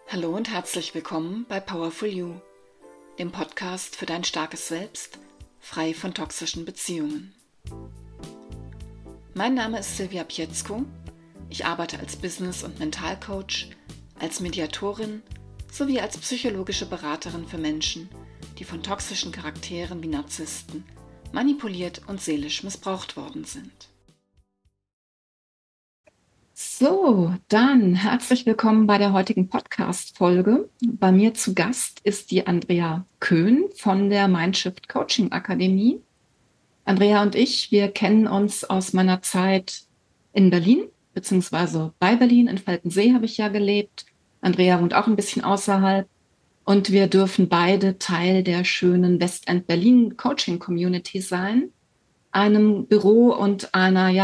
Hallo und herzlich willkommen bei Powerful You, dem Podcast für dein starkes Selbst, frei von toxischen Beziehungen. Mein Name ist Silvia Pietzko. Ich arbeite als Business- und Mentalcoach, als Mediatorin sowie als psychologische Beraterin für Menschen, die von toxischen Charakteren wie Narzissten manipuliert und seelisch missbraucht worden sind. So, dann herzlich willkommen bei der heutigen Podcast-Folge. Bei mir zu Gast ist die Andrea Köhn von der Mindshift Coaching Akademie. Andrea und ich, wir kennen uns aus meiner Zeit in Berlin, beziehungsweise bei Berlin, in Falkensee habe ich ja gelebt. Andrea wohnt auch ein bisschen außerhalb. Und wir dürfen beide Teil der schönen Westend Berlin Coaching Community sein, einem Büro und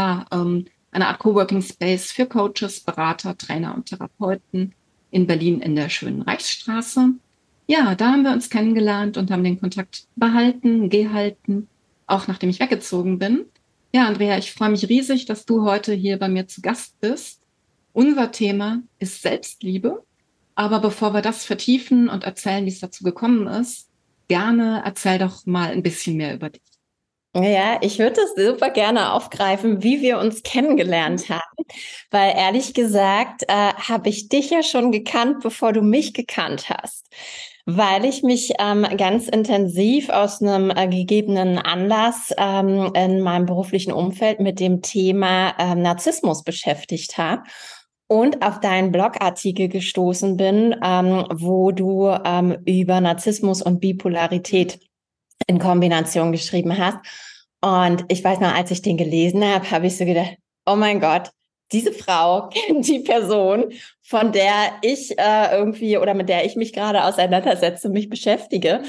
eine Art Coworking Space für Coaches, Berater, Trainer und Therapeuten in Berlin in der schönen Reichsstraße. Ja, da haben wir uns kennengelernt und haben den Kontakt gehalten, auch nachdem ich weggezogen bin. Ja, Andrea, ich freue mich riesig, dass du heute hier bei mir zu Gast bist. Unser Thema ist Selbstliebe. Aber bevor wir das vertiefen und erzählen, wie es dazu gekommen ist, gerne erzähl doch mal ein bisschen mehr über dich. Ja, ich würde das super gerne aufgreifen, wie wir uns kennengelernt haben, weil ehrlich gesagt habe ich dich ja schon gekannt, bevor du mich gekannt hast, weil ich mich ganz intensiv aus einem gegebenen Anlass in meinem beruflichen Umfeld mit dem Thema Narzissmus beschäftigt habe und auf deinen Blogartikel gestoßen bin, wo du über Narzissmus und Bipolarität in Kombination geschrieben hast. Und ich weiß noch, als ich den gelesen habe, habe ich so gedacht, oh mein Gott, diese Frau kennt die Person, von der ich irgendwie oder mit der ich mich gerade auseinandersetze, mich beschäftige.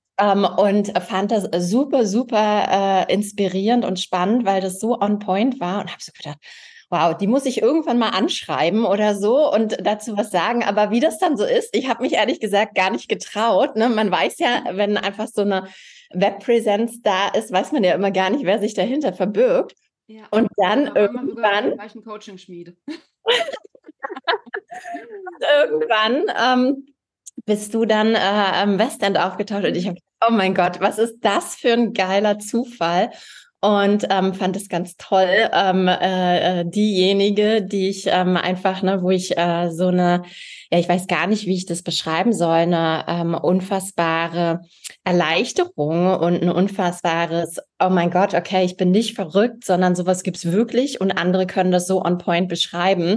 Und fand das super, super inspirierend und spannend, weil das so on point war und habe so gedacht, wow, die muss ich irgendwann mal anschreiben oder so und dazu was sagen. Aber wie das dann so ist, ich habe mich ehrlich gesagt gar nicht getraut. Ne? Man weiß ja, wenn einfach so eine Webpräsenz da ist, weiß man ja immer gar nicht, wer sich dahinter verbirgt. Ja, Und dann da waren wir sogar in der irgendwann, gleichen Coaching-Schmiede. bist du dann am Westend aufgetaucht und ich habe, oh mein Gott, was ist das für ein geiler Zufall? Und fand es ganz toll, diejenige, die ich einfach, ne, wo ich so eine, ja, ich weiß gar nicht, wie ich das beschreiben soll, eine unfassbare Erleichterung und ein unfassbares, oh mein Gott, okay, ich bin nicht verrückt, sondern sowas gibt's wirklich und andere können das so on point beschreiben,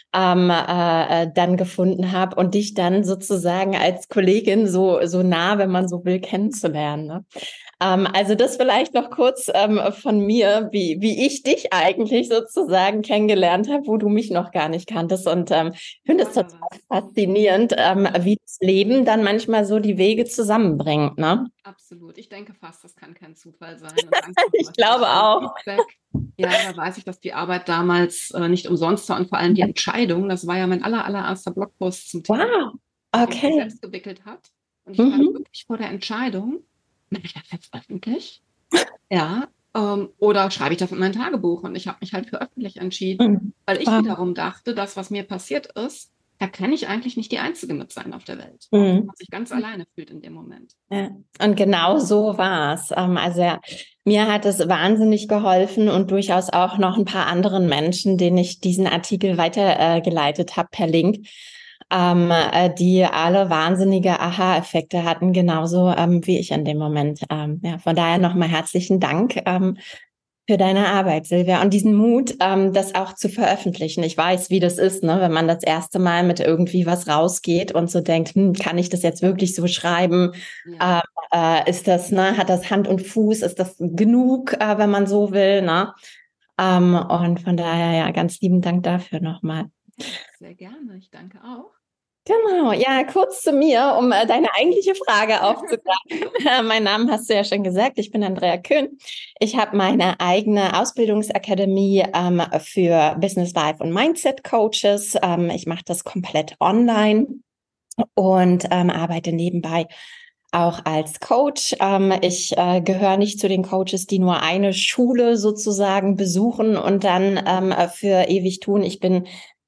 dann gefunden habe und dich dann sozusagen als Kollegin so nah, wenn man so will, kennenzulernen. Ne? Also das vielleicht noch kurz von mir, wie ich dich eigentlich sozusagen kennengelernt habe, wo du mich noch gar nicht kanntest. Und ich finde es total faszinierend, wie das Leben dann manchmal so die Wege zusammenbringt. Ne? Absolut. Ich denke fast, das kann kein Zufall sein. Und danke Ich nochmal für das glaube schöne auch. Feedback. Ja, da weiß ich, dass die Arbeit damals nicht umsonst war und vor allem die Entscheidung, das war ja mein allererster Blogpost zum Thema, Wow. den sie Okay. selbst gewickelt hat. Und ich stand Mhm. wirklich vor der Entscheidung, mache ich das jetzt öffentlich? Ja, oder schreibe ich das in mein Tagebuch? Und ich habe mich halt für öffentlich entschieden, Mhm. weil ich Wow. wiederum dachte, das, was mir passiert ist, da kann ich eigentlich nicht die Einzige mit sein auf der Welt. Mhm. Man sich ganz alleine fühlt in dem Moment. Ja, und genau so war's. Also ja, mir hat es wahnsinnig geholfen und durchaus auch noch ein paar anderen Menschen, denen ich diesen Artikel weitergeleitet habe per Link, die alle wahnsinnige Aha-Effekte hatten, genauso wie ich in dem Moment. Ja, von daher nochmal herzlichen Dank für deine Arbeit, Silvia, und diesen Mut, das auch zu veröffentlichen. Ich weiß, wie das ist, ne, wenn man das erste Mal mit irgendwie was rausgeht und so denkt, kann ich das jetzt wirklich so schreiben? Ja. Ist das, ne, hat das Hand und Fuß? Ist das genug, wenn man so will, ne? Und von daher, ja, ganz lieben Dank dafür nochmal. Ja, sehr gerne. Ich danke auch. Genau, ja, kurz zu mir, um deine eigentliche Frage aufzugreifen. Mein Name hast du ja schon gesagt, ich bin Andrea Köhn. Ich habe meine eigene Ausbildungsakademie für Business, Life und Mindset Coaches. Ich mache das komplett online und arbeite nebenbei auch als Coach. Ich gehöre nicht zu den Coaches, die nur eine Schule sozusagen besuchen und dann für ewig tun. Ich bin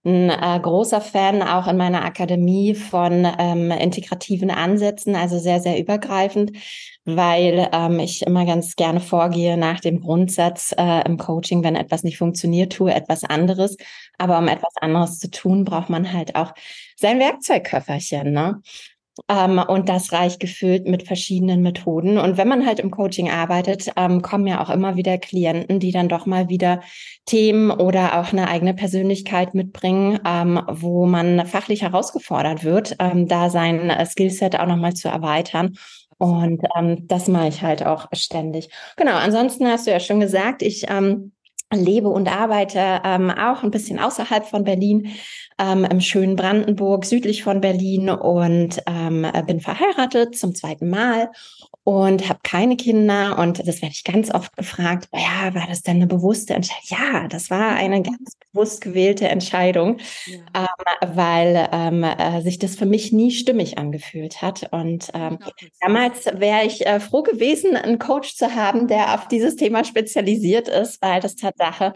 ein großer Fan auch in meiner Akademie von integrativen Ansätzen, also sehr, sehr übergreifend, weil ich immer ganz gerne vorgehe nach dem Grundsatz im Coaching, wenn etwas nicht funktioniert, tue etwas anderes. Aber um etwas anderes zu tun, braucht man halt auch sein Werkzeugköfferchen, ne? Und das reich gefüllt mit verschiedenen Methoden. Und wenn man halt im Coaching arbeitet, kommen ja auch immer wieder Klienten, die dann doch mal wieder Themen oder auch eine eigene Persönlichkeit mitbringen, wo man fachlich herausgefordert wird, da sein Skillset auch nochmal zu erweitern. Und das mache ich halt auch ständig. Genau, ansonsten hast du ja schon gesagt, ich lebe und arbeite auch ein bisschen außerhalb von Berlin, im schönen Brandenburg, südlich von Berlin und bin verheiratet zum zweiten Mal und habe keine Kinder. Und das werde ich ganz oft gefragt, ja, war das denn eine bewusste Entscheidung? Ja, das war eine ganz bewusst gewählte Entscheidung, Ja. weil sich das für mich nie stimmig angefühlt hat. Und damals wäre ich froh gewesen, einen Coach zu haben, der auf dieses Thema spezialisiert ist, weil das Tatsache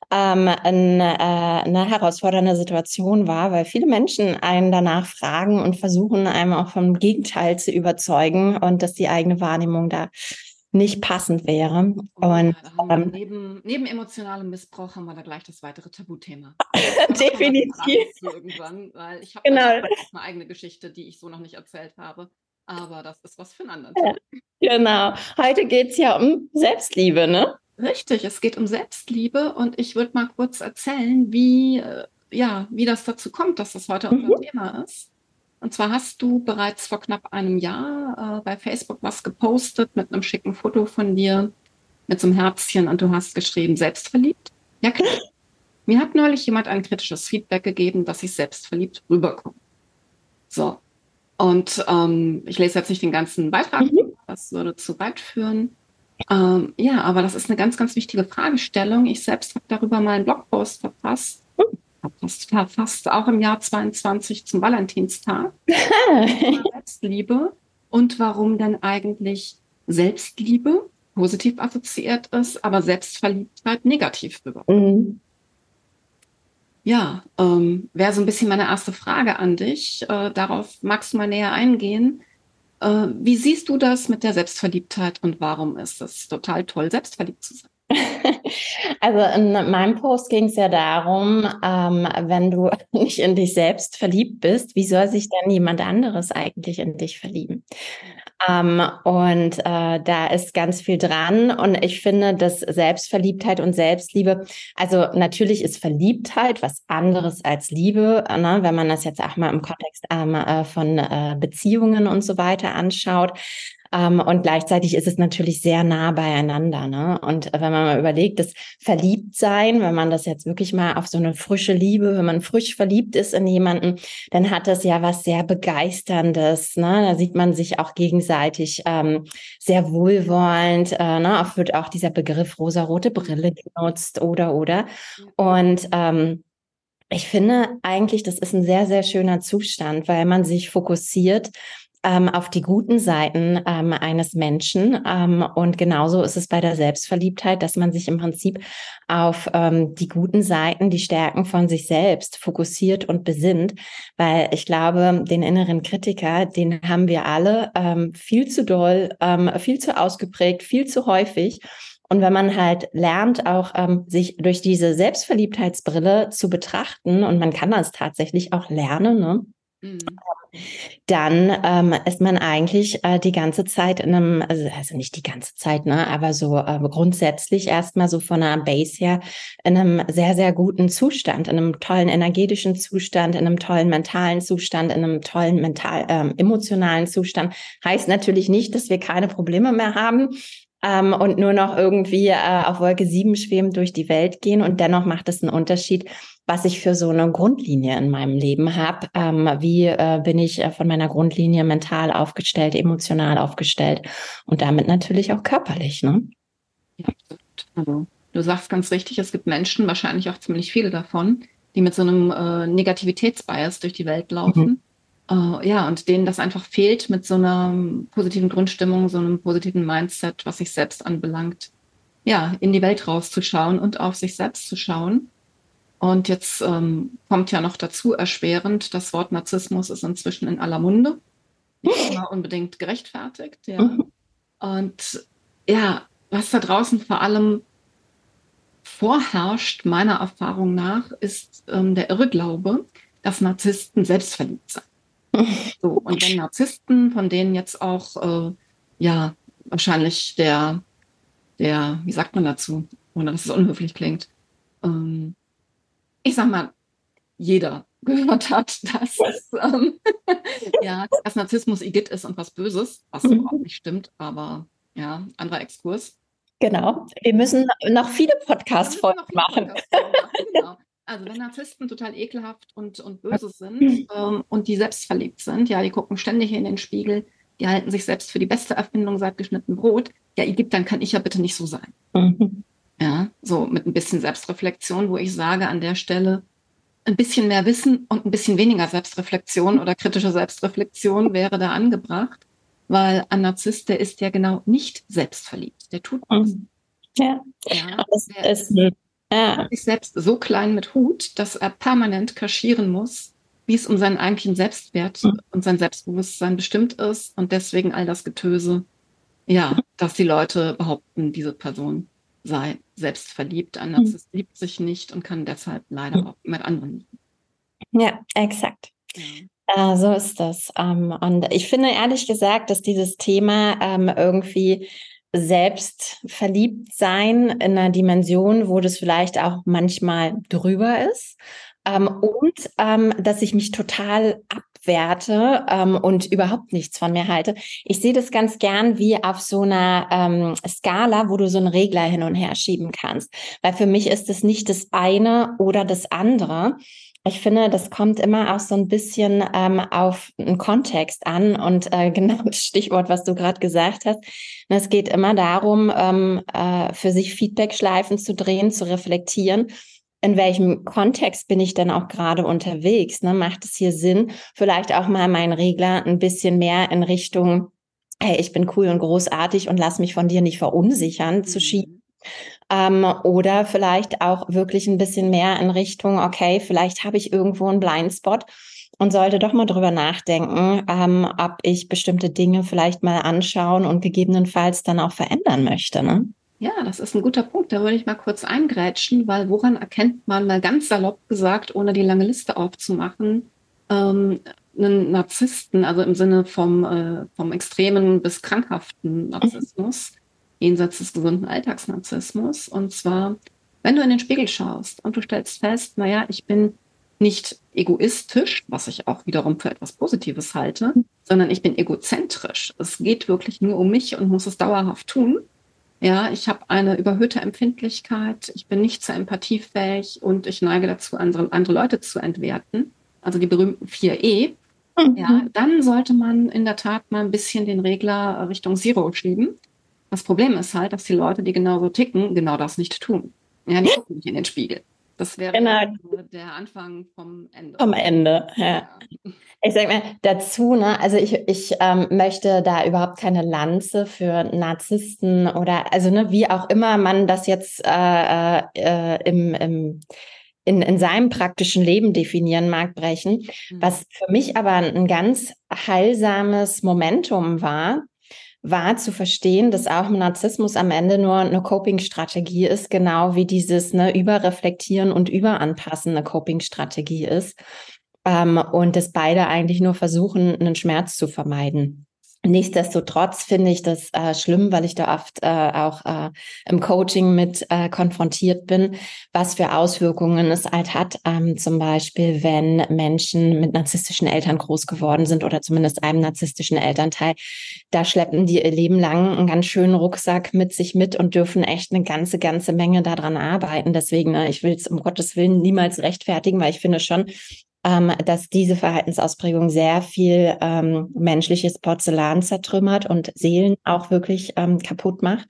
eine herausfordernde Situation war, weil viele Menschen einen danach fragen und versuchen, einem auch vom Gegenteil zu überzeugen und dass die eigene Wahrnehmung da nicht passend wäre. Oh, und ja, da haben wir neben emotionalem Missbrauch haben wir da gleich das weitere Tabuthema. definitiv. Irgendwann, weil ich habe Genau. auch eine eigene Geschichte, die ich so noch nicht erzählt habe. Aber das ist was für einen anderen Tag. Genau. Heute geht es ja um Selbstliebe, ne? Richtig, es geht um Selbstliebe und ich würde mal kurz erzählen, wie das dazu kommt, dass das heute unser Thema ist. Und zwar hast du bereits vor knapp einem Jahr bei Facebook was gepostet mit einem schicken Foto von dir, mit so einem Herzchen und du hast geschrieben, selbstverliebt? Ja, klar. Mir hat neulich jemand ein kritisches Feedback gegeben, dass ich selbstverliebt rüberkomme. So. Und ich lese jetzt nicht den ganzen Beitrag, das würde zu weit führen. Ja, aber das ist eine ganz, ganz wichtige Fragestellung. Ich selbst habe darüber mal einen Blogpost verfasst, auch im Jahr 22 zum Valentinstag. Selbstliebe und warum denn eigentlich Selbstliebe positiv assoziiert ist, aber Selbstverliebtheit negativ rüberkommt. Ja, wäre so ein bisschen meine erste Frage an dich. Darauf magst du mal näher eingehen. Wie siehst du das mit der Selbstverliebtheit und warum ist es total toll, selbstverliebt zu sein? Also in meinem Post ging es ja darum, wenn du nicht in dich selbst verliebt bist, wie soll sich denn jemand anderes eigentlich in dich verlieben? Da ist ganz viel dran. Und ich finde, dass Selbstverliebtheit und Selbstliebe, also natürlich ist Verliebtheit was anderes als Liebe, ne, wenn man das jetzt auch mal im Kontext von Beziehungen und so weiter anschaut. Und gleichzeitig ist es natürlich sehr nah beieinander, ne? Und wenn man mal überlegt, das Verliebtsein, wenn man das jetzt wirklich mal auf so eine frische Liebe, wenn man frisch verliebt ist in jemanden, dann hat das ja was sehr Begeisterndes, ne? Da sieht man sich auch gegenseitig sehr wohlwollend, ne? Oft wird auch dieser Begriff rosarote Brille genutzt oder. Und ich finde eigentlich, das ist ein sehr, sehr schöner Zustand, weil man sich fokussiert auf die guten Seiten eines Menschen. Und genauso ist es bei der Selbstverliebtheit, dass man sich im Prinzip auf die guten Seiten, die Stärken von sich selbst fokussiert und besinnt. Weil ich glaube, den inneren Kritiker, den haben wir alle viel zu doll, viel zu ausgeprägt, viel zu häufig. Und wenn man halt lernt, auch sich durch diese Selbstverliebtheitsbrille zu betrachten, und man kann das tatsächlich auch lernen, ne? Dann ist man eigentlich die ganze Zeit in einem, also nicht die ganze Zeit, ne, aber so grundsätzlich erstmal so von einer Base her in einem sehr, sehr guten Zustand, in einem tollen energetischen Zustand, in einem tollen mentalen Zustand, in einem tollen emotionalen Zustand. Heißt natürlich nicht, dass wir keine Probleme mehr haben. Und nur noch irgendwie auf Wolke 7 schwebend durch die Welt gehen. Und dennoch macht es einen Unterschied, was ich für so eine Grundlinie in meinem Leben habe. Wie bin ich von meiner Grundlinie mental aufgestellt, emotional aufgestellt und damit natürlich auch körperlich, ne? Ja, absolut. Also, du sagst ganz richtig, es gibt Menschen, wahrscheinlich auch ziemlich viele davon, die mit so einem Negativitätsbias durch die Welt laufen. Ja, und denen das einfach fehlt, mit so einer positiven Grundstimmung, so einem positiven Mindset, was sich selbst anbelangt, ja, in die Welt rauszuschauen und auf sich selbst zu schauen. Und jetzt kommt ja noch dazu erschwerend, das Wort Narzissmus ist inzwischen in aller Munde. Nicht immer unbedingt gerechtfertigt, ja. Und ja, was da draußen vor allem vorherrscht, meiner Erfahrung nach, ist der Irrglaube, dass Narzissten selbstverliebt sind. So, und wenn Narzissten, von denen jetzt auch ja wahrscheinlich wie sagt man dazu, ohne dass es unhöflich klingt, ich sag mal, jeder gehört hat, dass ja, dass Narzissmus Igitt ist und was Böses, was überhaupt nicht stimmt, aber ja, anderer Exkurs. Genau. Wir müssen noch viele Podcast-Folgen machen. Genau. Also wenn Narzissten total ekelhaft und böse sind und die selbstverliebt sind, ja, die gucken ständig in den Spiegel, die halten sich selbst für die beste Erfindung seit geschnittenem Brot, ja, Igitt, dann kann ich ja bitte nicht so sein. Ja, so mit ein bisschen Selbstreflexion, wo ich sage an der Stelle, ein bisschen mehr Wissen und ein bisschen weniger Selbstreflexion oder kritische Selbstreflexion wäre da angebracht, weil ein Narzisst, der ist ja genau nicht selbstverliebt. Der tut was. Ja, Ja, der ist sich selbst so klein mit Hut, dass er permanent kaschieren muss, wie es um seinen eigentlichen Selbstwert und sein Selbstbewusstsein bestimmt ist und deswegen all das Getöse, ja, dass die Leute behaupten, diese Person sei selbstverliebt. Ein Narzisst liebt sich nicht und kann deshalb leider auch jemand anderen lieben. Ja, exakt. Ja. So ist das. Und ich finde ehrlich gesagt, dass dieses Thema irgendwie selbstverliebt sein in einer Dimension, wo das vielleicht auch manchmal drüber ist. Und dass ich mich total abwerte und überhaupt nichts von mir halte. Ich sehe das ganz gern wie auf so einer Skala, wo du so einen Regler hin und her schieben kannst. Weil für mich ist es nicht das eine oder das andere. Ich finde, das kommt immer auch so ein bisschen auf einen Kontext an und genau das Stichwort, was du gerade gesagt hast. Es geht immer darum, für sich Feedback-Schleifen zu drehen, zu reflektieren. In welchem Kontext bin ich denn auch gerade unterwegs? Ne? Macht es hier Sinn, vielleicht auch mal meinen Regler ein bisschen mehr in Richtung, hey, ich bin cool und großartig und lass mich von dir nicht verunsichern, zu schieben? Oder vielleicht auch wirklich ein bisschen mehr in Richtung, okay, vielleicht habe ich irgendwo einen Blindspot und sollte doch mal drüber nachdenken, ob ich bestimmte Dinge vielleicht mal anschauen und gegebenenfalls dann auch verändern möchte. Ne? Ja, das ist ein guter Punkt. Da würde ich mal kurz eingrätschen, weil woran erkennt man, mal ganz salopp gesagt, ohne die lange Liste aufzumachen, einen Narzissten, also im Sinne vom extremen bis krankhaften Narzissmus, jenseits des gesunden Alltagsnarzissmus. Und zwar, wenn du in den Spiegel schaust und du stellst fest, naja, ich bin nicht egoistisch, was ich auch wiederum für etwas Positives halte, sondern ich bin egozentrisch. Es geht wirklich nur um mich und muss es dauerhaft tun. Ja, ich habe eine überhöhte Empfindlichkeit, ich bin nicht sehr empathiefähig und ich neige dazu, andere Leute zu entwerten. Also die berühmten 4E. Ja, dann sollte man in der Tat mal ein bisschen den Regler Richtung Zero schieben. Das Problem ist halt, dass die Leute, die genauso ticken, genau das nicht tun. Ja, die gucken nicht in den Spiegel. Das wäre Genau. der Anfang vom Ende. Vom Ende, ja. Ich sage mal dazu, ne, also ich möchte da überhaupt keine Lanze für Narzissten oder, also ne, wie auch immer man das jetzt in seinem praktischen Leben definieren mag, brechen. Was für mich aber ein ganz heilsames Momentum war zu verstehen, dass auch Narzissmus am Ende nur eine Coping-Strategie ist, genau wie dieses Überreflektieren und Überanpassen eine Coping-Strategie ist. Und dass beide eigentlich nur versuchen, einen Schmerz zu vermeiden. Nichtsdestotrotz finde ich das schlimm, weil ich da oft auch im Coaching mit konfrontiert bin, was für Auswirkungen es halt hat. Zum Beispiel, wenn Menschen mit narzisstischen Eltern groß geworden sind oder zumindest einem narzisstischen Elternteil, da schleppen die ihr Leben lang einen ganz schönen Rucksack mit sich mit und dürfen echt eine ganze Menge daran arbeiten. Deswegen, ich will es um Gottes Willen niemals rechtfertigen, weil ich finde schon, dass diese Verhaltensausprägung sehr viel menschliches Porzellan zertrümmert und Seelen auch wirklich kaputt macht.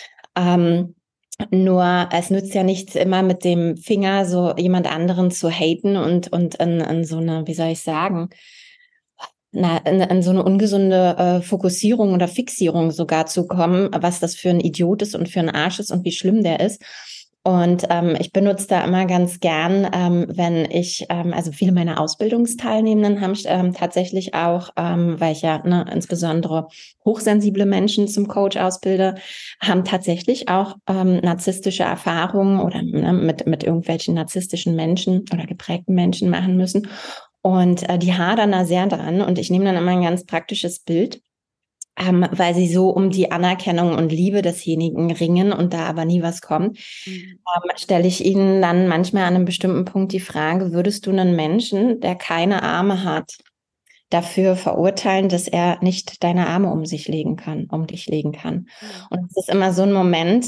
Nur es nützt ja nichts, immer mit dem Finger so jemand anderen zu haten und in so eine, wie soll ich sagen, in so eine ungesunde Fokussierung oder Fixierung sogar zu kommen, was das für ein Idiot ist und für ein Arsch ist und wie schlimm der ist. Und ich benutze da immer ganz gern, wenn ich, also viele meiner Ausbildungsteilnehmenden haben tatsächlich auch, weil ich ja insbesondere hochsensible Menschen zum Coach ausbilde, haben tatsächlich auch narzisstische Erfahrungen oder mit irgendwelchen narzisstischen Menschen oder geprägten Menschen machen müssen. Und die hadern da sehr dran. Und ich nehme dann immer ein ganz praktisches Bild. Weil sie so um die Anerkennung und Liebe desjenigen ringen und da aber nie was kommt, stelle ich ihnen dann manchmal an einem bestimmten Punkt die Frage, würdest du einen Menschen, der keine Arme hat, dafür verurteilen, dass er nicht deine Arme um dich legen kann? Mhm. Und es ist immer so ein Moment,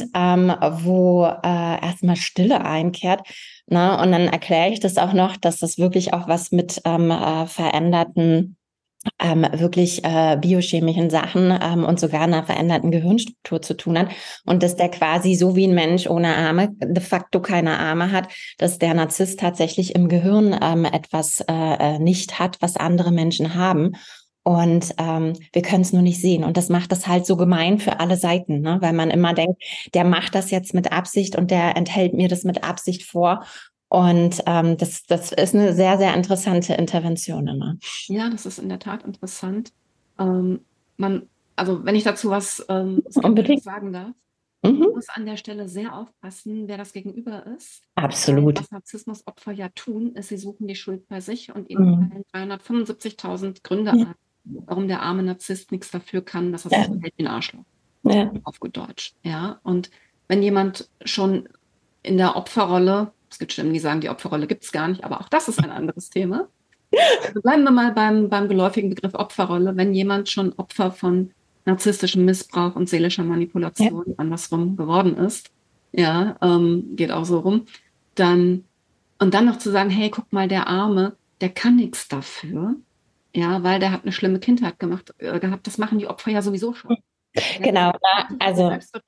wo erstmal Stille einkehrt. Ne? Und dann erkläre ich das auch noch, dass das wirklich auch was mit veränderten wirklich biochemischen Sachen und sogar einer veränderten Gehirnstruktur zu tun hat. Und dass der quasi so wie ein Mensch ohne Arme de facto keine Arme hat, dass der Narzisst tatsächlich im Gehirn etwas nicht hat, was andere Menschen haben. Und wir können es nur nicht sehen. Und das macht das halt so gemein für alle Seiten, ne? Weil man immer denkt, der macht das jetzt mit Absicht und der enthält mir das mit Absicht vor. Und das ist eine sehr, sehr interessante Intervention immer. Ja, das ist in der Tat interessant. Ähm, also wenn ich dazu was Unbedingt. sagen darf, Mhm. muss an der Stelle sehr aufpassen, wer das Gegenüber ist. Absolut. Was Narzissmusopfer ja tun, ist, sie suchen die Schuld bei sich und ihnen Mhm. fallen 375.000 Gründe Ja. ein, warum der arme Narzisst nichts dafür kann, dass er Ja. sich verhält wie ein Arschloch. Ja. Auf gut Deutsch. Ja, und wenn jemand schon in der Opferrolle, es gibt Stimmen, die sagen, die Opferrolle gibt es gar nicht, aber auch das ist ein anderes Thema. Also bleiben wir mal beim geläufigen Begriff Opferrolle. Wenn jemand schon Opfer von narzisstischem Missbrauch und seelischer Manipulation andersrum geworden ist, ja, geht auch so rum, dann und dann noch zu sagen, hey, guck mal, der Arme, der kann nichts dafür, ja, weil der hat eine schlimme Kindheit gehabt. Das machen die Opfer ja sowieso schon. Genau, also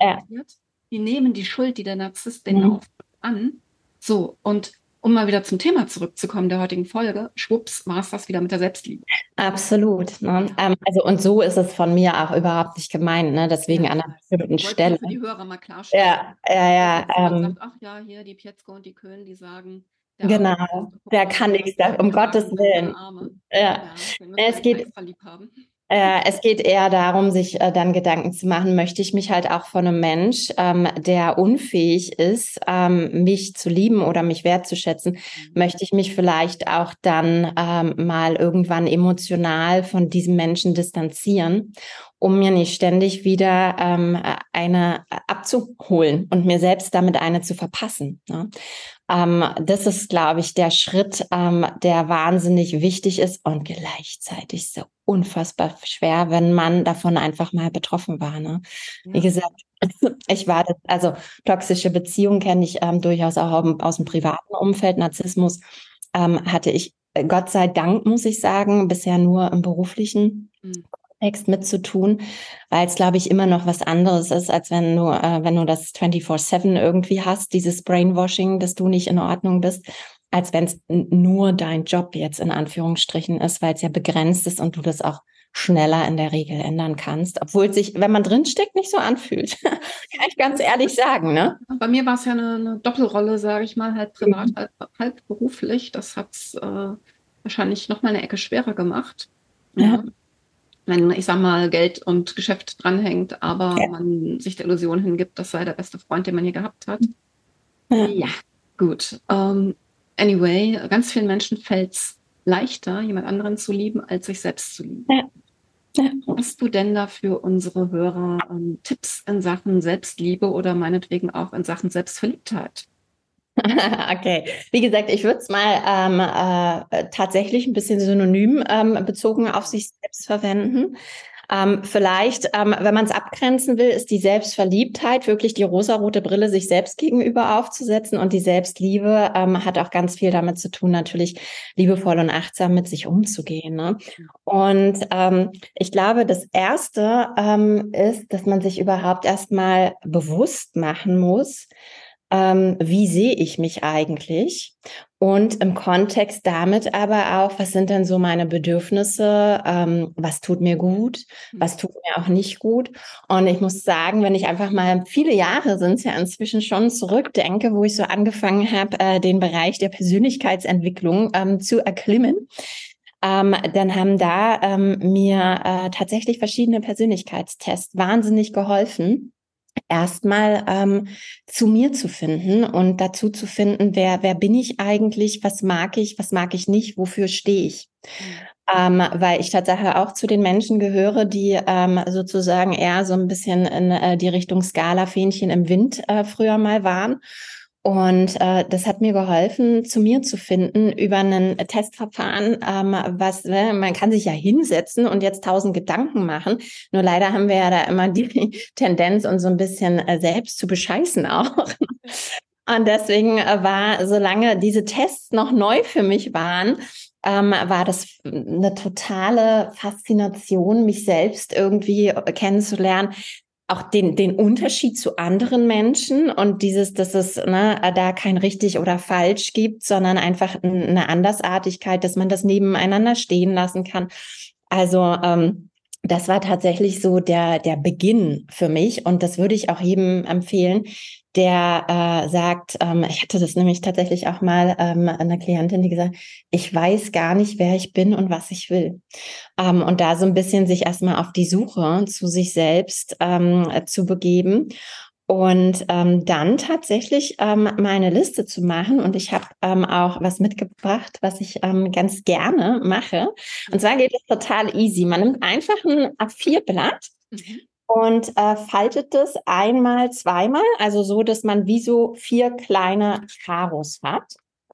Die nehmen die Schuld, die der Narzisst denen mhm. aufbringt, an. So, und um mal wieder zum Thema zurückzukommen der heutigen Folge, schwupps, war es das wieder mit der Selbstliebe. Absolut. Ne? Also und so ist es von mir auch überhaupt nicht gemeint, ne? Deswegen an einer bestimmten Stelle. Für die Hörer mal klarstellen. Ja. Man sagt, ach ja, hier die Pietzko und die Köln, die sagen, Genau, der kann nichts da, um Gottes Willen. Ja. Es geht eher darum, sich dann Gedanken zu machen, möchte ich mich halt auch von einem Mensch, der unfähig ist, mich zu lieben oder mich wertzuschätzen, möchte ich mich vielleicht auch dann mal irgendwann emotional von diesem Menschen distanzieren, um mir nicht ständig wieder eine abzuholen und mir selbst damit eine zu verpassen. Ne? Das ist, glaube ich, der Schritt, der wahnsinnig wichtig ist und gleichzeitig so unfassbar schwer, wenn man davon einfach mal betroffen war. Ne? Ja. Wie gesagt, also toxische Beziehungen kenne ich durchaus auch aus dem privaten Umfeld. Narzissmus hatte ich, Gott sei Dank, muss ich sagen, bisher nur im beruflichen Kontext mit zu tun, weil es, glaube ich, immer noch was anderes ist, als wenn du das 24/7 irgendwie hast, dieses Brainwashing, dass du nicht in Ordnung bist, als wenn es nur dein Job jetzt in Anführungsstrichen ist, weil es ja begrenzt ist und du das auch schneller in der Regel ändern kannst, obwohl es sich, wenn man drinsteckt, nicht so anfühlt. Kann ich ganz ehrlich sagen, ne? Bei mir war es ja eine Doppelrolle, sage ich mal, halb privat, halb beruflich. Das hat es wahrscheinlich noch mal eine Ecke schwerer gemacht. Ja. Wenn, ich sag mal, Geld und Geschäft dranhängt, aber man sich der Illusion hingibt, das sei der beste Freund, den man je gehabt hat. Ja, gut. Anyway, ganz vielen Menschen fällt es leichter, jemand anderen zu lieben, als sich selbst zu lieben. Hast du denn da für unsere Hörer Tipps in Sachen Selbstliebe oder meinetwegen auch in Sachen Selbstverliebtheit? Okay, wie gesagt, ich würde es mal tatsächlich ein bisschen synonym bezogen auf sich selbst verwenden. Vielleicht, wenn man es abgrenzen will, ist die Selbstverliebtheit wirklich die rosarote Brille sich selbst gegenüber aufzusetzen, und die Selbstliebe hat auch ganz viel damit zu tun, natürlich liebevoll und achtsam mit sich umzugehen. Ne? Und ich glaube, das Erste ist, dass man sich überhaupt erstmal bewusst machen muss, wie sehe ich mich eigentlich? Und im Kontext damit aber auch, was sind denn so meine Bedürfnisse? Was tut mir gut? Was tut mir auch nicht gut? Und ich muss sagen, wenn ich einfach mal, viele Jahre sind es ja inzwischen schon, zurückdenke, wo ich so angefangen habe, den Bereich der Persönlichkeitsentwicklung zu erklimmen, dann haben da mir tatsächlich verschiedene Persönlichkeitstests wahnsinnig geholfen, erstmal zu mir zu finden und dazu zu finden, wer bin ich eigentlich, was mag ich nicht, wofür stehe ich. Weil ich tatsächlich auch zu den Menschen gehöre, die sozusagen eher so ein bisschen in die Richtung Skala Fähnchen im Wind früher mal waren. Und das hat mir geholfen, zu mir zu finden über ein Testverfahren, man kann sich ja hinsetzen und jetzt 1000 Gedanken machen. Nur leider haben wir ja da immer die Tendenz, uns so ein bisschen selbst zu bescheißen auch. Und deswegen solange diese Tests noch neu für mich waren, war das eine totale Faszination, mich selbst irgendwie kennenzulernen, auch den Unterschied zu anderen Menschen und dass es da kein richtig oder falsch gibt, sondern einfach eine Andersartigkeit, dass man das nebeneinander stehen lassen kann. Also das war tatsächlich so der Beginn für mich und das würde ich auch jedem empfehlen, der sagt, ich hatte das nämlich tatsächlich auch mal eine Klientin, die gesagt, ich weiß gar nicht, wer ich bin und was ich will. Und da so ein bisschen sich erstmal auf die Suche zu sich selbst zu begeben und dann tatsächlich meine Liste zu machen. Und ich habe auch was mitgebracht, was ich ganz gerne mache. Und zwar geht es total easy. Man nimmt einfach ein A4-Blatt und faltet das einmal, zweimal, also so, dass man wie so 4 kleine Karos hat.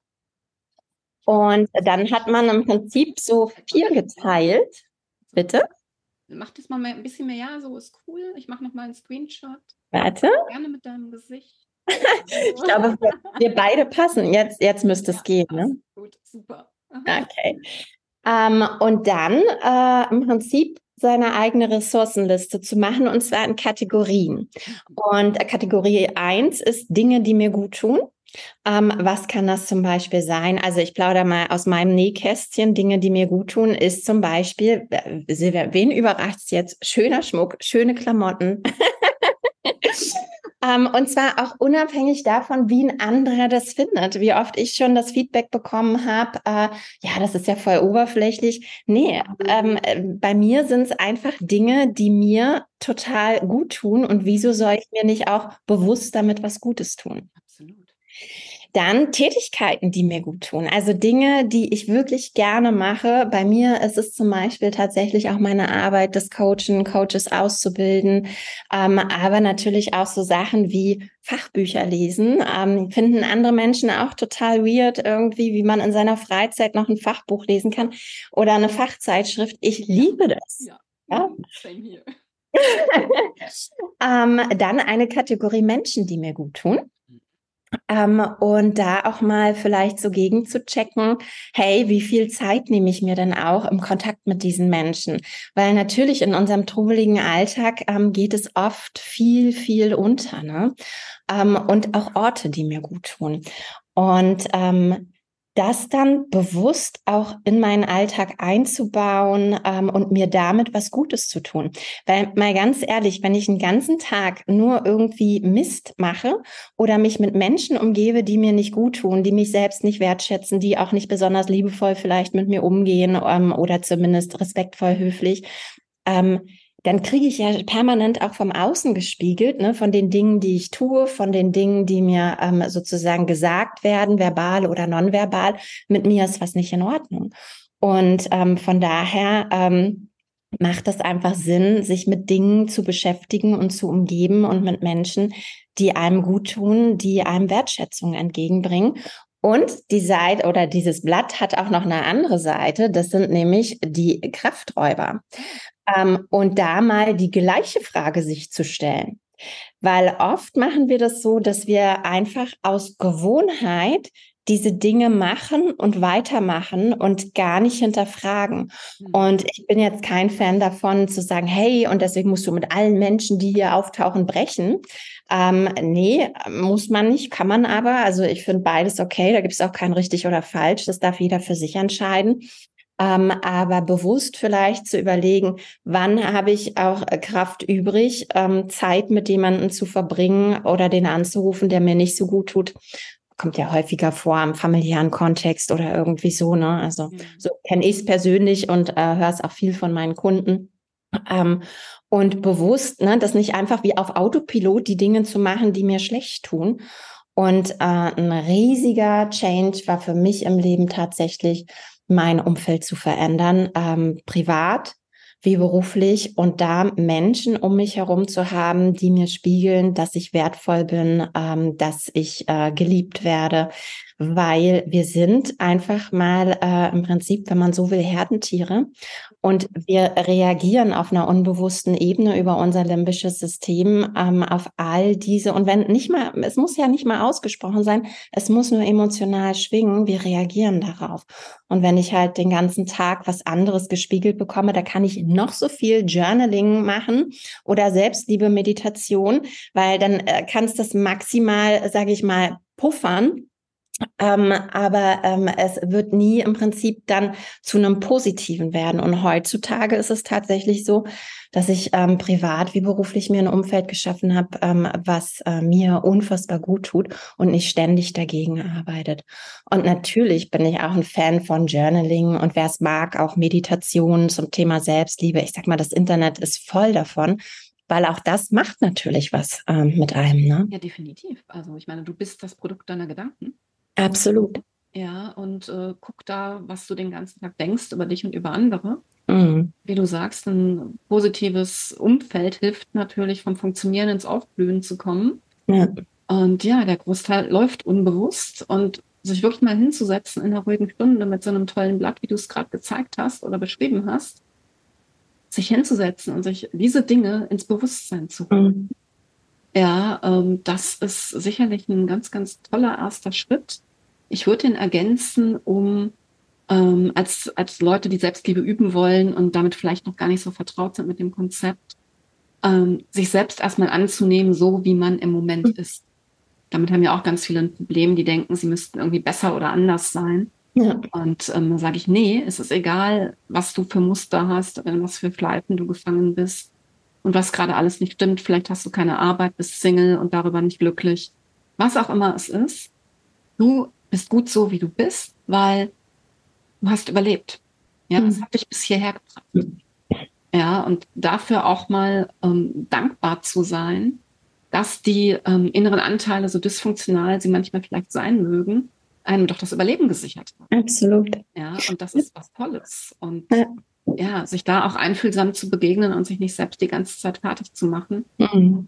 Und dann hat man im Prinzip so 4 geteilt. Bitte? Mach das mal ein bisschen mehr. Ja, so ist cool. Ich mache noch mal einen Screenshot. Warte. Gerne mit deinem Gesicht. Ich glaube, wir beide passen. Jetzt müsste es gehen. Ne? Gut, super. Okay. Und dann im Prinzip seine eigene Ressourcenliste zu machen, und zwar in Kategorien. Und Kategorie 1 ist Dinge, die mir gut tun. Was kann das zum Beispiel sein? Also ich plaudere mal aus meinem Nähkästchen. Dinge, die mir gut tun, ist zum Beispiel, Silvia, wen überrascht es jetzt? Schöner Schmuck, schöne Klamotten. Und zwar auch unabhängig davon, wie ein anderer das findet. Wie oft ich schon das Feedback bekommen habe, ja, das ist ja voll oberflächlich. Nee, bei mir sind es einfach Dinge, die mir total gut tun. Und wieso soll ich mir nicht auch bewusst damit was Gutes tun? Absolut. Dann Tätigkeiten, die mir gut tun. Also Dinge, die ich wirklich gerne mache. Bei mir ist es zum Beispiel tatsächlich auch meine Arbeit, das Coaches auszubilden. Aber natürlich auch so Sachen wie Fachbücher lesen. Finden andere Menschen auch total weird irgendwie, wie man in seiner Freizeit noch ein Fachbuch lesen kann oder eine Fachzeitschrift. Ich liebe das. Ja. Same hier. Dann eine Kategorie Menschen, die mir gut tun. Und da auch mal vielleicht so gegen zu checken, hey, wie viel Zeit nehme ich mir denn auch im Kontakt mit diesen Menschen? Weil natürlich in unserem trubeligen Alltag geht es oft viel unter, ne? Und auch Orte, die mir gut tun. Und das dann bewusst auch in meinen Alltag einzubauen und mir damit was Gutes zu tun. Weil mal ganz ehrlich, wenn ich einen ganzen Tag nur irgendwie Mist mache oder mich mit Menschen umgebe, die mir nicht gut tun, die mich selbst nicht wertschätzen, die auch nicht besonders liebevoll vielleicht mit mir umgehen oder zumindest respektvoll höflich, dann kriege ich ja permanent auch vom Außen gespiegelt, ne, von den Dingen, die ich tue, von den Dingen, die mir sozusagen gesagt werden, verbal oder nonverbal. Mit mir ist was nicht in Ordnung. Und von daher macht es einfach Sinn, sich mit Dingen zu beschäftigen und zu umgeben und mit Menschen, die einem gut tun, die einem Wertschätzung entgegenbringen. Und die Seite oder dieses Blatt hat auch noch eine andere Seite. Das sind nämlich die Krafträuber. Und da mal die gleiche Frage sich zu stellen. Weil oft machen wir das so, dass wir einfach aus Gewohnheit diese Dinge machen und weitermachen und gar nicht hinterfragen. Und ich bin jetzt kein Fan davon zu sagen, hey, und deswegen musst du mit allen Menschen, die hier auftauchen, brechen. Nee, muss man nicht, kann man aber. Also ich finde beides okay, da gibt es auch kein richtig oder falsch, das darf jeder für sich entscheiden. Aber bewusst vielleicht zu überlegen, wann habe ich auch Kraft übrig, Zeit mit jemandem zu verbringen oder den anzurufen, der mir nicht so gut tut. Kommt ja häufiger vor im familiären Kontext oder irgendwie so, ne? Also so kenne ich es persönlich und höre es auch viel von meinen Kunden. Und bewusst, ne, das nicht einfach wie auf Autopilot die Dinge zu machen, die mir schlecht tun. Und ein riesiger Change war für mich im Leben tatsächlich, mein Umfeld zu verändern, privat wie beruflich, und da Menschen um mich herum zu haben, die mir spiegeln, dass ich wertvoll bin, dass ich geliebt werde, weil wir sind einfach mal im Prinzip, wenn man so will, Herdentiere. Und wir reagieren auf einer unbewussten Ebene über unser limbisches System auf all diese. Und wenn nicht mal, es muss ja nicht mal ausgesprochen sein, es muss nur emotional schwingen, wir reagieren darauf. Und wenn ich halt den ganzen Tag was anderes gespiegelt bekomme, da kann ich noch so viel Journaling machen oder Selbstliebe, Meditation, weil dann kannst du das maximal, sage ich mal, puffern. Aber es wird nie im Prinzip dann zu einem Positiven werden. Und heutzutage ist es tatsächlich so, dass ich privat wie beruflich mir ein Umfeld geschaffen habe, was mir unfassbar gut tut und nicht ständig dagegen arbeitet. Und natürlich bin ich auch ein Fan von Journaling und wer es mag, auch Meditation zum Thema Selbstliebe. Ich sag mal, das Internet ist voll davon, weil auch das macht natürlich was mit einem, ne? Ja, definitiv. Also ich meine, du bist das Produkt deiner Gedanken. Absolut. Ja, und guck da, was du den ganzen Tag denkst über dich und über andere. Mhm. Wie du sagst, ein positives Umfeld hilft natürlich, vom Funktionieren ins Aufblühen zu kommen. Ja. Und ja, der Großteil läuft unbewusst, und sich wirklich mal hinzusetzen in einer ruhigen Stunde mit so einem tollen Blatt, wie du es gerade gezeigt hast oder beschrieben hast, sich hinzusetzen und sich diese Dinge ins Bewusstsein zu holen. Mhm. Ja, das ist sicherlich ein ganz, ganz toller erster Schritt. Ich würde ihn ergänzen, um als Leute, die Selbstliebe üben wollen und damit vielleicht noch gar nicht so vertraut sind mit dem Konzept, sich selbst erstmal anzunehmen, so wie man im Moment ist. Damit haben ja auch ganz viele ein Problem, die denken, sie müssten irgendwie besser oder anders sein. Ja. Und dann sage ich, nee, es ist egal, was du für Muster hast, in was für Schleifen du gefangen bist und was gerade alles nicht stimmt. Vielleicht hast du keine Arbeit, bist Single und darüber nicht glücklich. Was auch immer es ist, du bist gut so, wie du bist, weil du hast überlebt. Ja, das hat dich bis hierher gebracht. Ja, und dafür auch mal dankbar zu sein, dass die inneren Anteile, so dysfunktional sie manchmal vielleicht sein mögen, einem doch das Überleben gesichert haben. Absolut. Ja, und das ist was Tolles. Und Ja. ja, sich da auch einfühlsam zu begegnen und sich nicht selbst die ganze Zeit fertig zu machen. Mhm.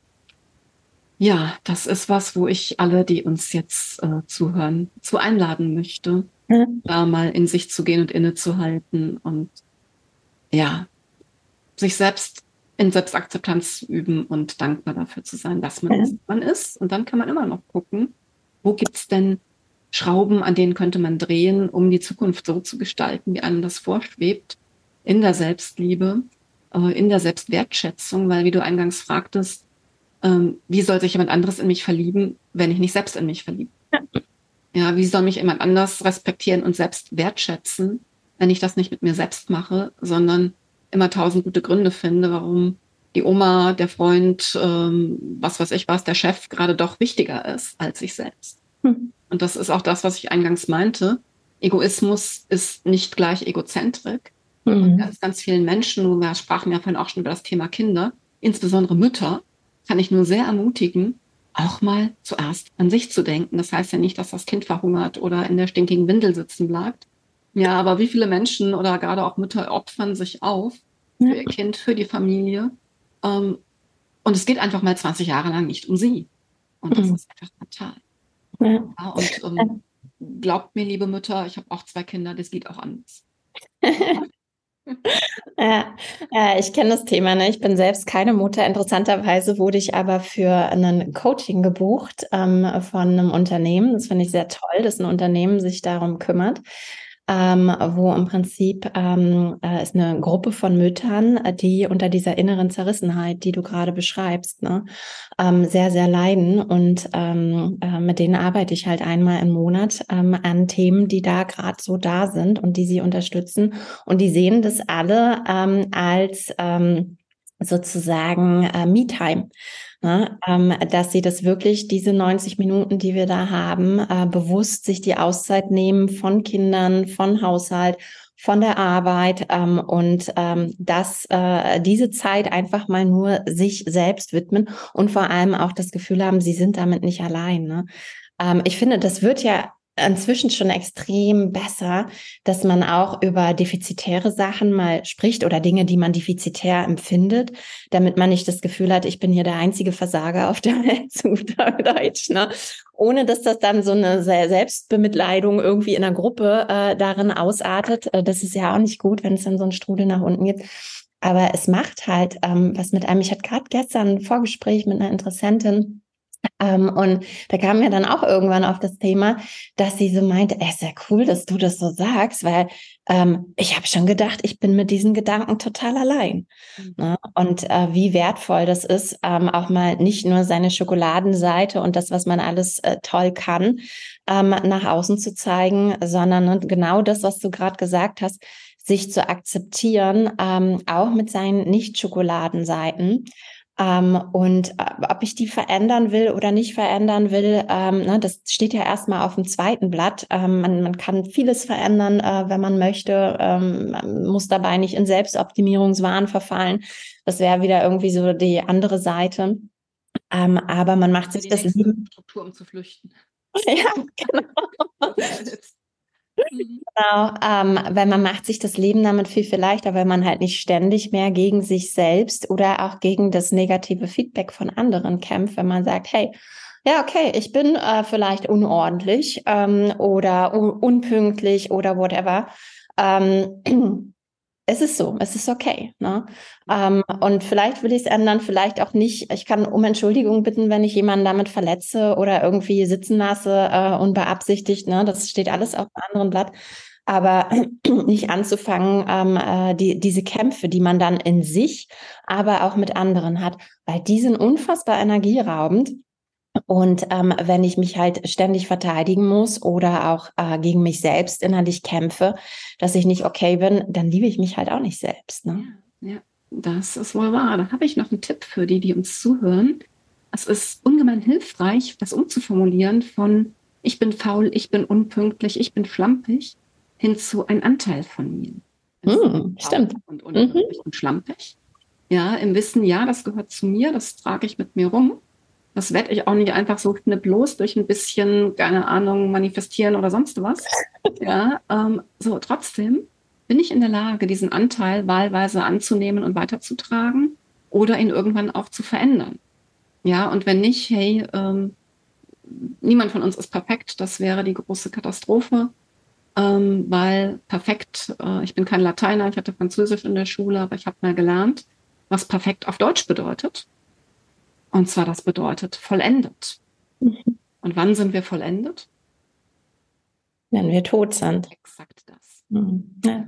Ja, das ist was, wo ich alle, die uns jetzt zuhören, zu einladen möchte, Ja. da mal in sich zu gehen und innezuhalten und ja, sich selbst in Selbstakzeptanz zu üben und dankbar dafür zu sein, dass man Ja. ist. Man ist. Und dann kann man immer noch gucken, wo gibt's denn Schrauben, an denen könnte man drehen, um die Zukunft so zu gestalten, wie einem das vorschwebt, in der Selbstliebe, in der Selbstwertschätzung, weil wie du eingangs fragtest, wie soll sich jemand anderes in mich verlieben, wenn ich nicht selbst in mich verliebe? Ja, wie soll mich jemand anders respektieren und selbst wertschätzen, wenn ich das nicht mit mir selbst mache, sondern immer tausend gute Gründe finde, warum die Oma, der Freund, was weiß ich was, der Chef gerade doch wichtiger ist als ich selbst. Mhm. Und das ist auch das, was ich eingangs meinte. Egoismus ist nicht gleich Egozentrik. Und Mhm. ganz, ganz vielen Menschen, wir sprachen ja vorhin auch schon über das Thema Kinder, insbesondere Mütter, kann ich nur sehr ermutigen, auch mal zuerst an sich zu denken. Das heißt ja nicht, dass das Kind verhungert oder in der stinkigen Windel sitzen bleibt. Ja, aber wie viele Menschen oder gerade auch Mütter opfern sich auf für Ja. ihr Kind, für die Familie. Und es geht einfach mal 20 Jahre lang nicht um sie. Und das Mhm. ist einfach fatal. Ja. Ja, und glaubt mir, liebe Mütter, ich habe auch 2 Kinder, das geht auch anders. Ja, Ich kenne das Thema, ne? Ich bin selbst keine Mutter. Interessanterweise wurde ich aber für ein Coaching gebucht von einem Unternehmen. Das finde ich sehr toll, dass ein Unternehmen sich darum kümmert. Wo im Prinzip ist eine Gruppe von Müttern, die unter dieser inneren Zerrissenheit, die du gerade beschreibst, ne, sehr, sehr leiden. Und mit denen arbeite ich halt einmal im Monat an Themen, die da gerade so da sind und die sie unterstützen. Und die sehen das alle als sozusagen Me-Time. Ne? Dass sie das wirklich, diese 90 Minuten, die wir da haben, bewusst sich die Auszeit nehmen von Kindern, von Haushalt, von der Arbeit dass diese Zeit einfach mal nur sich selbst widmen und vor allem auch das Gefühl haben, sie sind damit nicht allein. Ne? Ich finde, das wird ja inzwischen schon extrem besser, dass man auch über defizitäre Sachen mal spricht oder Dinge, die man defizitär empfindet, damit man nicht das Gefühl hat, ich bin hier der einzige Versager auf der Welt, zu Deutsch, ne? Ohne dass das dann so eine Selbstbemitleidung irgendwie in der Gruppe darin ausartet. Das ist ja auch nicht gut, wenn es dann so einen Strudel nach unten gibt. Aber es macht halt was mit einem. Ich hatte gerade gestern ein Vorgespräch mit einer Interessentin, und da kam mir dann auch irgendwann auf das Thema, dass sie so meinte, ist ja cool, dass du das so sagst, weil ich habe schon gedacht, ich bin mit diesen Gedanken total allein. Ne? Und wie wertvoll das ist, auch mal nicht nur seine Schokoladenseite und das, was man alles toll kann, nach außen zu zeigen, sondern genau das, was du gerade gesagt hast, sich zu akzeptieren, auch mit seinen Nicht-Schokoladenseiten. Ob ich die verändern will oder nicht verändern will, ne, das steht ja erstmal auf dem zweiten Blatt. Man kann vieles verändern, wenn man möchte, man muss dabei nicht in Selbstoptimierungswahn verfallen. Das wäre wieder irgendwie so die andere Seite. Aber man macht sich das Leben. Struktur, um zu flüchten. Ja, genau. Genau, weil man macht sich das Leben damit viel, viel leichter, weil man halt nicht ständig mehr gegen sich selbst oder auch gegen das negative Feedback von anderen kämpft, wenn man sagt, hey, ja, okay, ich bin vielleicht unordentlich oder unpünktlich oder whatever. Es ist so, es ist okay. Ne? Und vielleicht will ich es ändern, vielleicht auch nicht. Ich kann um Entschuldigung bitten, wenn ich jemanden damit verletze oder irgendwie sitzen lasse, unbeabsichtigt. Ne? Das steht alles auf einem anderen Blatt. Aber nicht anzufangen, diese Kämpfe, die man dann in sich, aber auch mit anderen hat, weil die sind unfassbar energieraubend. Und wenn ich mich halt ständig verteidigen muss oder auch gegen mich selbst innerlich kämpfe, dass ich nicht okay bin, dann liebe ich mich halt auch nicht selbst. Ne? Ja, das ist wohl wahr. Da habe ich noch einen Tipp für die, die uns zuhören. Es ist ungemein hilfreich, das umzuformulieren von ich bin faul, ich bin unpünktlich, ich bin schlampig, hin zu ein Anteil von mir. Stimmt. Und unpünktlich und schlampig. Ja, im Wissen, ja, das gehört zu mir, das trage ich mit mir rum. Das werde ich auch nicht einfach so bloß durch ein bisschen, keine Ahnung, manifestieren oder sonst was. Ja, so trotzdem bin ich in der Lage, diesen Anteil wahlweise anzunehmen und weiterzutragen oder ihn irgendwann auch zu verändern. Ja, und wenn nicht, hey, niemand von uns ist perfekt, das wäre die große Katastrophe, weil perfekt, ich bin kein Lateiner, ich hatte Französisch in der Schule, aber ich habe mal gelernt, was perfekt auf Deutsch bedeutet. Und zwar, das bedeutet vollendet. Und wann sind wir vollendet? Wenn wir tot sind. Exakt das. Ja.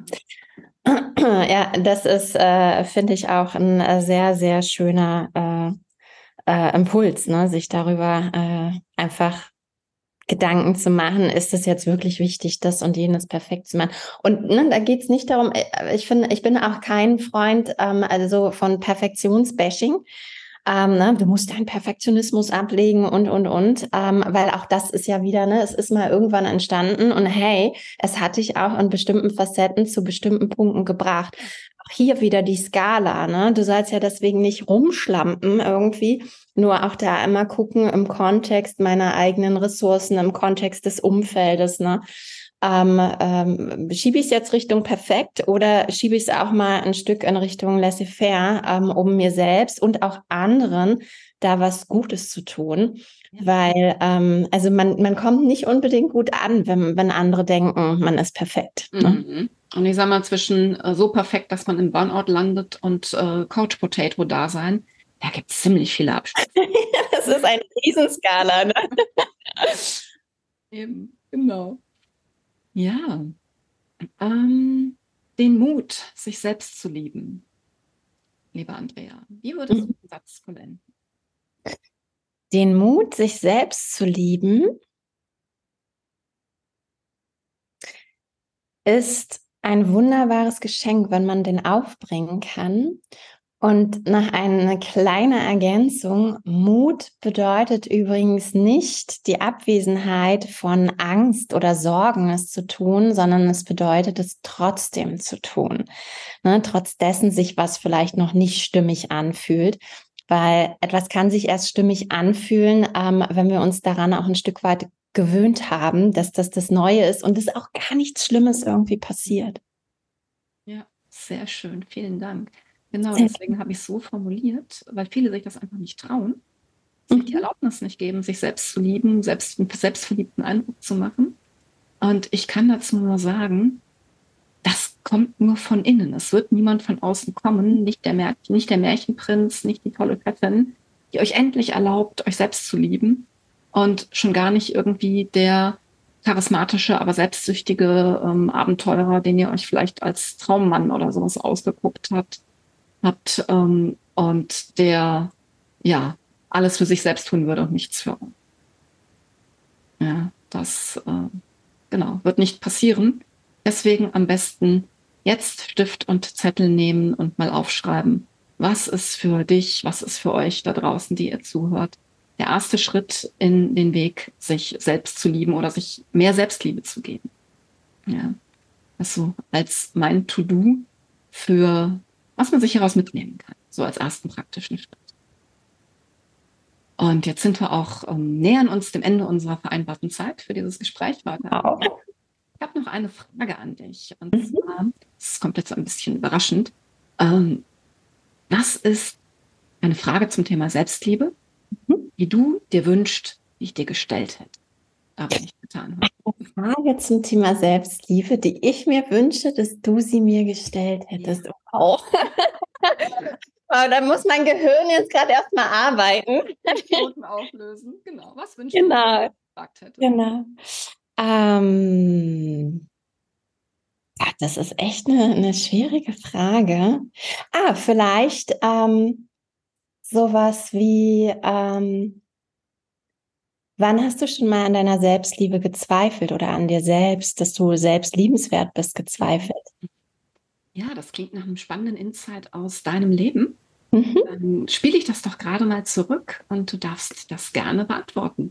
Ja, das ist, finde ich, auch ein sehr, sehr schöner Impuls, ne? Sich darüber einfach Gedanken zu machen, ist es jetzt wirklich wichtig, das und jenes perfekt zu machen. Und ne, da geht es nicht darum, ich finde, ich bin auch kein Freund also von Perfektionsbashing. Ne, du musst deinen Perfektionismus ablegen und, weil auch das ist ja wieder, ne, es ist mal irgendwann entstanden und hey, es hat dich auch in bestimmten Facetten zu bestimmten Punkten gebracht. Auch hier wieder die Skala, ne, du sollst ja deswegen nicht rumschlampen irgendwie, nur auch da immer gucken im Kontext meiner eigenen Ressourcen, im Kontext des Umfeldes, ne. Schiebe ich es jetzt Richtung perfekt oder schiebe ich es auch mal ein Stück in Richtung laissez-faire, um mir selbst und auch anderen da was Gutes zu tun? Ja. Weil also man kommt nicht unbedingt gut an, wenn andere denken, man ist perfekt. Ne? Und ich sage mal, zwischen so perfekt, dass man im Burnout landet und Couch Potato da sein, da gibt es ziemlich viele Abstufungen. Das ist eine Riesenskala, ne? Eben, genau. Ja, ähm, den Mut, sich selbst zu lieben, liebe Andrea. Wie würdest du den Satz vollenden? Den Mut, sich selbst zu lieben, ist ein wunderbares Geschenk, wenn man den aufbringen kann. Und nach einer kleinen Ergänzung, Mut bedeutet übrigens nicht die Abwesenheit von Angst oder Sorgen, es zu tun, sondern es bedeutet es trotzdem zu tun. Ne? Trotz dessen sich was vielleicht noch nicht stimmig anfühlt, weil etwas kann sich erst stimmig anfühlen, wenn wir uns daran auch ein Stück weit gewöhnt haben, dass das das Neue ist und es auch gar nichts Schlimmes irgendwie passiert. Ja, sehr schön. Vielen Dank. Genau, deswegen habe ich es so formuliert, weil viele sich das einfach nicht trauen, sich die Erlaubnis nicht geben, sich selbst zu lieben, selbst einen selbstverliebten Eindruck zu machen. Und ich kann dazu nur sagen, das kommt nur von innen. Es wird niemand von außen kommen, nicht der Märchenprinz, nicht die tolle Göttin, die euch endlich erlaubt, euch selbst zu lieben und schon gar nicht irgendwie der charismatische, aber selbstsüchtige Abenteurer, den ihr euch vielleicht als Traummann oder sowas ausgeguckt habt und der ja alles für sich selbst tun würde und nichts für euch. Ja, das genau wird nicht passieren. Deswegen am besten jetzt Stift und Zettel nehmen und mal aufschreiben, was ist für dich, was ist für euch da draußen, die ihr zuhört, der erste Schritt in den Weg, sich selbst zu lieben oder sich mehr Selbstliebe zu geben. Ja, also als mein To-Do für was man sich heraus mitnehmen kann, so als ersten praktischen Schritt. Und jetzt sind wir auch nähern uns dem Ende unserer vereinbarten Zeit für dieses Gespräch weiter. Wow. Ich habe noch eine Frage an dich. Und Mhm. zwar, das kommt jetzt ein bisschen überraschend. Was ist eine Frage zum Thema Selbstliebe, die du dir wünschst, die ich dir gestellt hätte, aber nicht getan habe? Eine Frage zum Thema Selbstliebe, die ich mir wünsche, dass du sie mir gestellt hättest. Ja. Wow. Aber da muss mein Gehirn jetzt gerade erstmal arbeiten. Knoten auflösen. Genau. Was wünschst du, Genau. dass ich gefragt hätte? Genau. Ja, das ist echt eine schwierige Frage. Vielleicht sowas wie, wann hast du schon mal an deiner Selbstliebe gezweifelt oder an dir selbst, dass du selbst liebenswert bist, gezweifelt? Ja, das klingt nach einem spannenden Insight aus deinem Leben. Mhm. Dann spiele ich das doch gerade mal zurück und du darfst das gerne beantworten.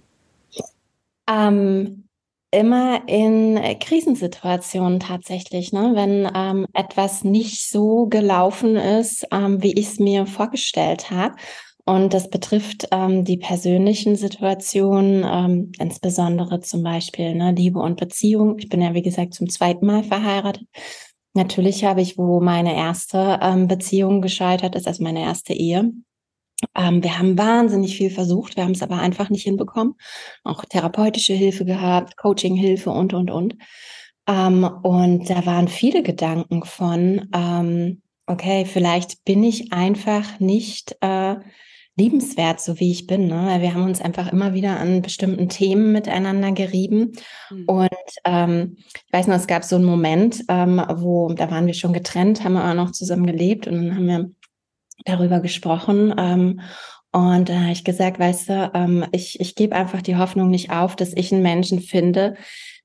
Immer in Krisensituationen tatsächlich, ne? Wenn etwas nicht so gelaufen ist, wie ich es mir vorgestellt habe. Und das betrifft die persönlichen Situationen, insbesondere zum Beispiel Liebe und Beziehung. Ich bin ja, wie gesagt, zum zweiten Mal verheiratet. Natürlich habe ich, wo meine erste Beziehung gescheitert ist, also meine erste Ehe. Wir haben wahnsinnig viel versucht, wir haben es aber einfach nicht hinbekommen. Auch therapeutische Hilfe gehabt, Coaching-Hilfe und. Und da waren viele Gedanken von, okay, vielleicht bin ich einfach nicht liebenswert, so wie ich bin. Ne? Wir haben uns einfach immer wieder an bestimmten Themen miteinander gerieben. Und ich weiß noch, es gab so einen Moment, da waren wir schon getrennt, haben aber noch zusammen gelebt und dann haben wir darüber gesprochen. Und da habe ich gesagt, weißt du, ich gebe einfach die Hoffnung nicht auf, dass ich einen Menschen finde,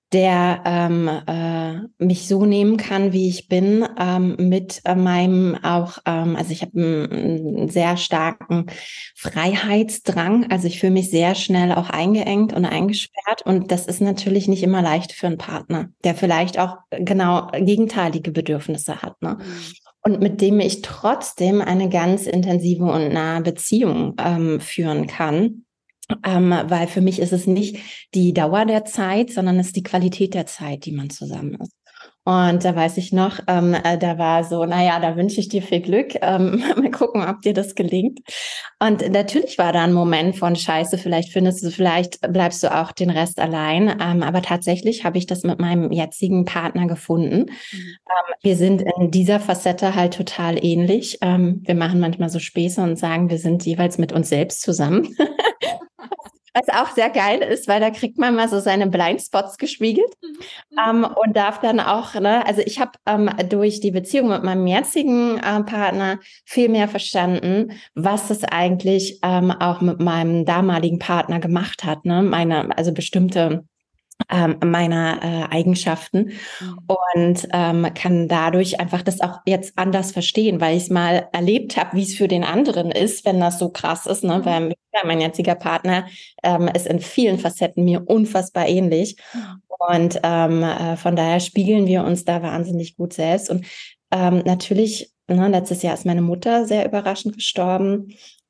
der mich so nehmen kann, wie ich bin, mit meinem auch, also ich habe einen sehr starken Freiheitsdrang, also ich fühle mich sehr schnell auch eingeengt und eingesperrt und das ist natürlich nicht immer leicht für einen Partner, der vielleicht auch genau gegenteilige Bedürfnisse hat, ne? Und mit dem ich trotzdem eine ganz intensive und nahe Beziehung führen kann. Weil für mich ist es nicht die Dauer der Zeit, sondern es ist die Qualität der Zeit, die man zusammen ist. Und da weiß ich noch, da war so, naja, da wünsche ich dir viel Glück. Mal gucken, ob dir das gelingt. Und natürlich war da ein Moment von Scheiße, vielleicht bleibst du auch den Rest allein. Aber tatsächlich habe ich das mit meinem jetzigen Partner gefunden. Mhm. Wir sind in dieser Facette halt total ähnlich. Wir machen manchmal so Späße und sagen, wir sind jeweils mit uns selbst zusammen. Was auch sehr geil ist, weil da kriegt man mal so seine Blindspots gespiegelt. Mhm. Mhm. Und darf dann auch, ne, also ich habe durch die Beziehung mit meinem jetzigen Partner viel mehr verstanden, was es eigentlich auch mit meinem damaligen Partner gemacht hat, ne, also bestimmte meiner Eigenschaften Mhm. und kann dadurch einfach das auch jetzt anders verstehen, weil ich es mal erlebt habe, wie es für den anderen ist, wenn das so krass ist, ne? Mhm. Weil mein jetziger Partner ist in vielen Facetten mir unfassbar ähnlich Mhm. und von daher spiegeln wir uns da wahnsinnig gut selbst und natürlich, ne, letztes Jahr ist meine Mutter sehr überraschend gestorben.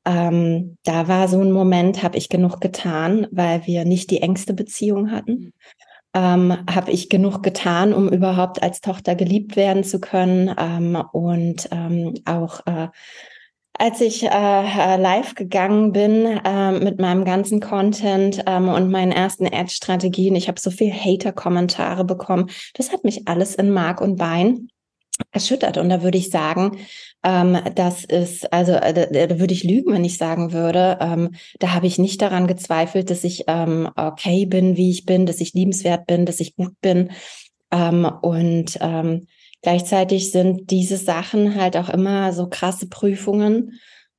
Da war so ein Moment, habe ich genug getan, weil wir nicht die engste Beziehung hatten. Mhm. Habe ich genug getan, um überhaupt als Tochter geliebt werden zu können. Und auch als ich live gegangen bin mit meinem ganzen Content und meinen ersten Ad-Strategien, ich habe so viel Hater-Kommentare bekommen. Das hat mich alles in Mark und Bein erschüttert. Und da würde ich sagen, das ist, also da würde ich lügen, wenn ich sagen würde, da habe ich nicht daran gezweifelt, dass ich okay bin, wie ich bin, dass ich liebenswert bin, dass ich gut bin. Und gleichzeitig sind diese Sachen halt auch immer so krasse Prüfungen,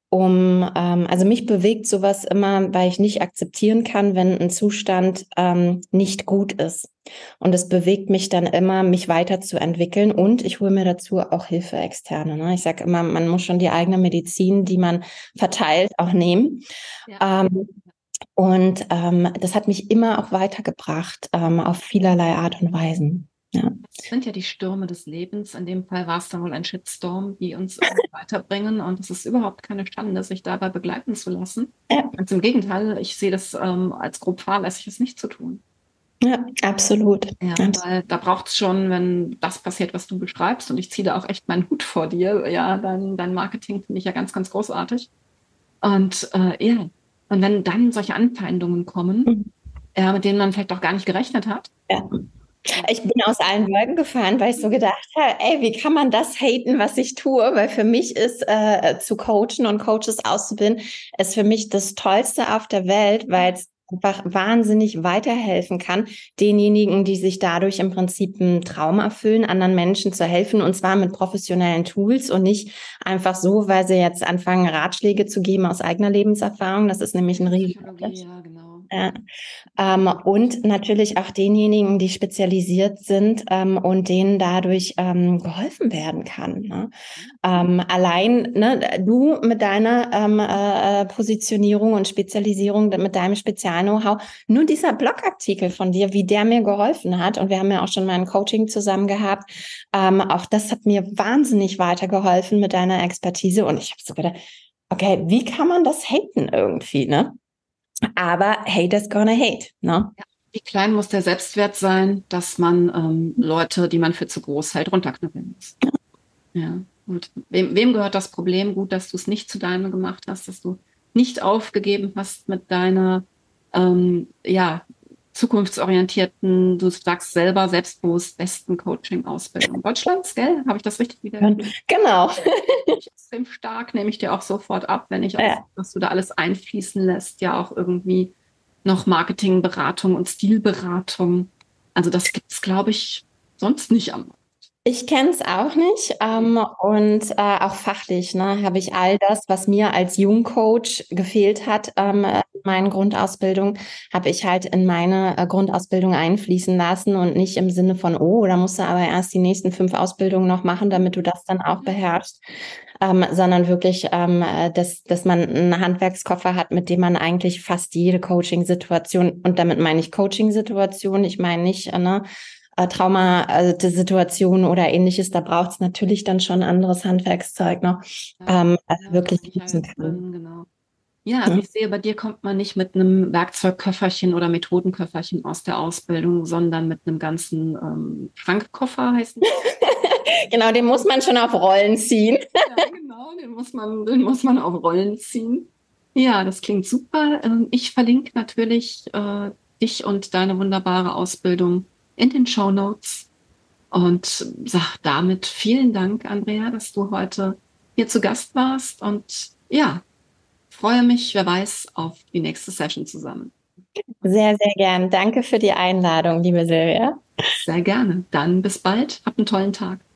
also mich bewegt sowas immer, weil ich nicht akzeptieren kann, wenn ein Zustand nicht gut ist. Und es bewegt mich dann immer, mich weiterzuentwickeln. Und ich hole mir dazu auch Hilfe externe. Ne? Ich sage immer, man muss schon die eigene Medizin, die man verteilt, auch nehmen. Ja. Das hat mich immer auch weitergebracht, auf vielerlei Art und Weisen. Ja. Das sind ja die Stürme des Lebens. In dem Fall war es dann wohl ein Shitstorm, die uns irgendwie weiterbringen. Und es ist überhaupt keine Schande, sich dabei begleiten zu lassen. Ja, Ganz im Gegenteil, ich sehe das als grob fahrlässig, es nicht zu tun. ja, absolut. Ja, Absolut. weil da braucht es schon, wenn das passiert, was du beschreibst, und ich ziehe da auch echt meinen Hut vor dir. Ja, dein Marketing finde ich ja ganz, ganz großartig. Und ja, und wenn dann solche Anfeindungen kommen, mit denen man vielleicht auch gar nicht gerechnet hat. Ja. Ich bin aus allen Wolken gefallen, weil ich so gedacht habe, ey, wie kann man das haten, was ich tue? Weil für mich ist zu coachen und Coaches auszubilden, ist für mich das Tollste auf der Welt, weil es einfach wahnsinnig weiterhelfen kann, denjenigen, die sich dadurch im Prinzip einen Traum erfüllen, anderen Menschen zu helfen und zwar mit professionellen Tools und nicht einfach so, weil sie jetzt anfangen, Ratschläge zu geben aus eigener Lebenserfahrung. Das ist nämlich ein riesen. Psychologie, ja, genau. Ja. Und natürlich auch denjenigen, die spezialisiert sind und denen dadurch geholfen werden kann. Ne? Allein ne, du mit deiner Positionierung und Spezialisierung, mit deinem Spezial-Know-how, nur dieser Blogartikel von dir, wie der mir geholfen hat, und wir haben ja auch schon mal ein Coaching zusammen gehabt, auch das hat mir wahnsinnig weitergeholfen mit deiner Expertise und ich habe so gedacht, okay, wie kann man das haten irgendwie, ne? Aber haters gonna hate, ne? Ja. Wie klein muss der Selbstwert sein, dass man Leute, die man für zu groß hält, runterknüppeln muss? Ja, gut. Wem gehört das Problem? Gut, dass du es nicht zu deinem gemacht hast, dass du nicht aufgegeben hast mit deiner ja, zukunftsorientierten, du sagst selber selbstbewusst besten Coaching-Ausbildung Deutschlands, gell? Habe ich das richtig wiedergegeben? Genau. Extrem stark, nehme ich dir auch sofort ab, wenn ich auch, Ja. was du da alles einfließen lässt, ja auch irgendwie noch Marketingberatung und Stilberatung. Also das gibt es, glaube ich, sonst nicht am. Ich kenne es auch nicht und auch fachlich ne, habe ich all das, was mir als Jungcoach gefehlt hat, in meinen Grundausbildung, habe ich halt in meine Grundausbildung einfließen lassen und nicht im Sinne von, oh, da musst du aber erst die nächsten 5 Ausbildungen noch machen, damit du das dann auch beherrschst, sondern wirklich, dass man einen Handwerkskoffer hat, mit dem man eigentlich fast jede Coaching-Situation, und damit meine ich Coaching-Situation, ich meine nicht, ne, Trauma, also die Situation oder ähnliches, da braucht es natürlich dann schon anderes Handwerkszeug noch, Ja, ja, wirklich nutzen Sicherheit kann. drin, genau. Ja, also ich sehe, bei dir kommt man nicht mit einem Werkzeugköfferchen oder Methodenköfferchen aus der Ausbildung, sondern mit einem ganzen Schrankkoffer, heißt es. Genau, den muss man schon auf Rollen ziehen. Ja, genau, den muss man auf Rollen ziehen. Ja, das klingt super. Ich verlinke natürlich dich und deine wunderbare Ausbildung in den Shownotes und sag damit vielen Dank, Andrea, dass du heute hier zu Gast warst und ja, freue mich, wer weiß, auf die nächste Session zusammen. Sehr, sehr gern. Danke für die Einladung, liebe Silvia. Sehr gerne. Dann bis bald. Hab einen tollen Tag.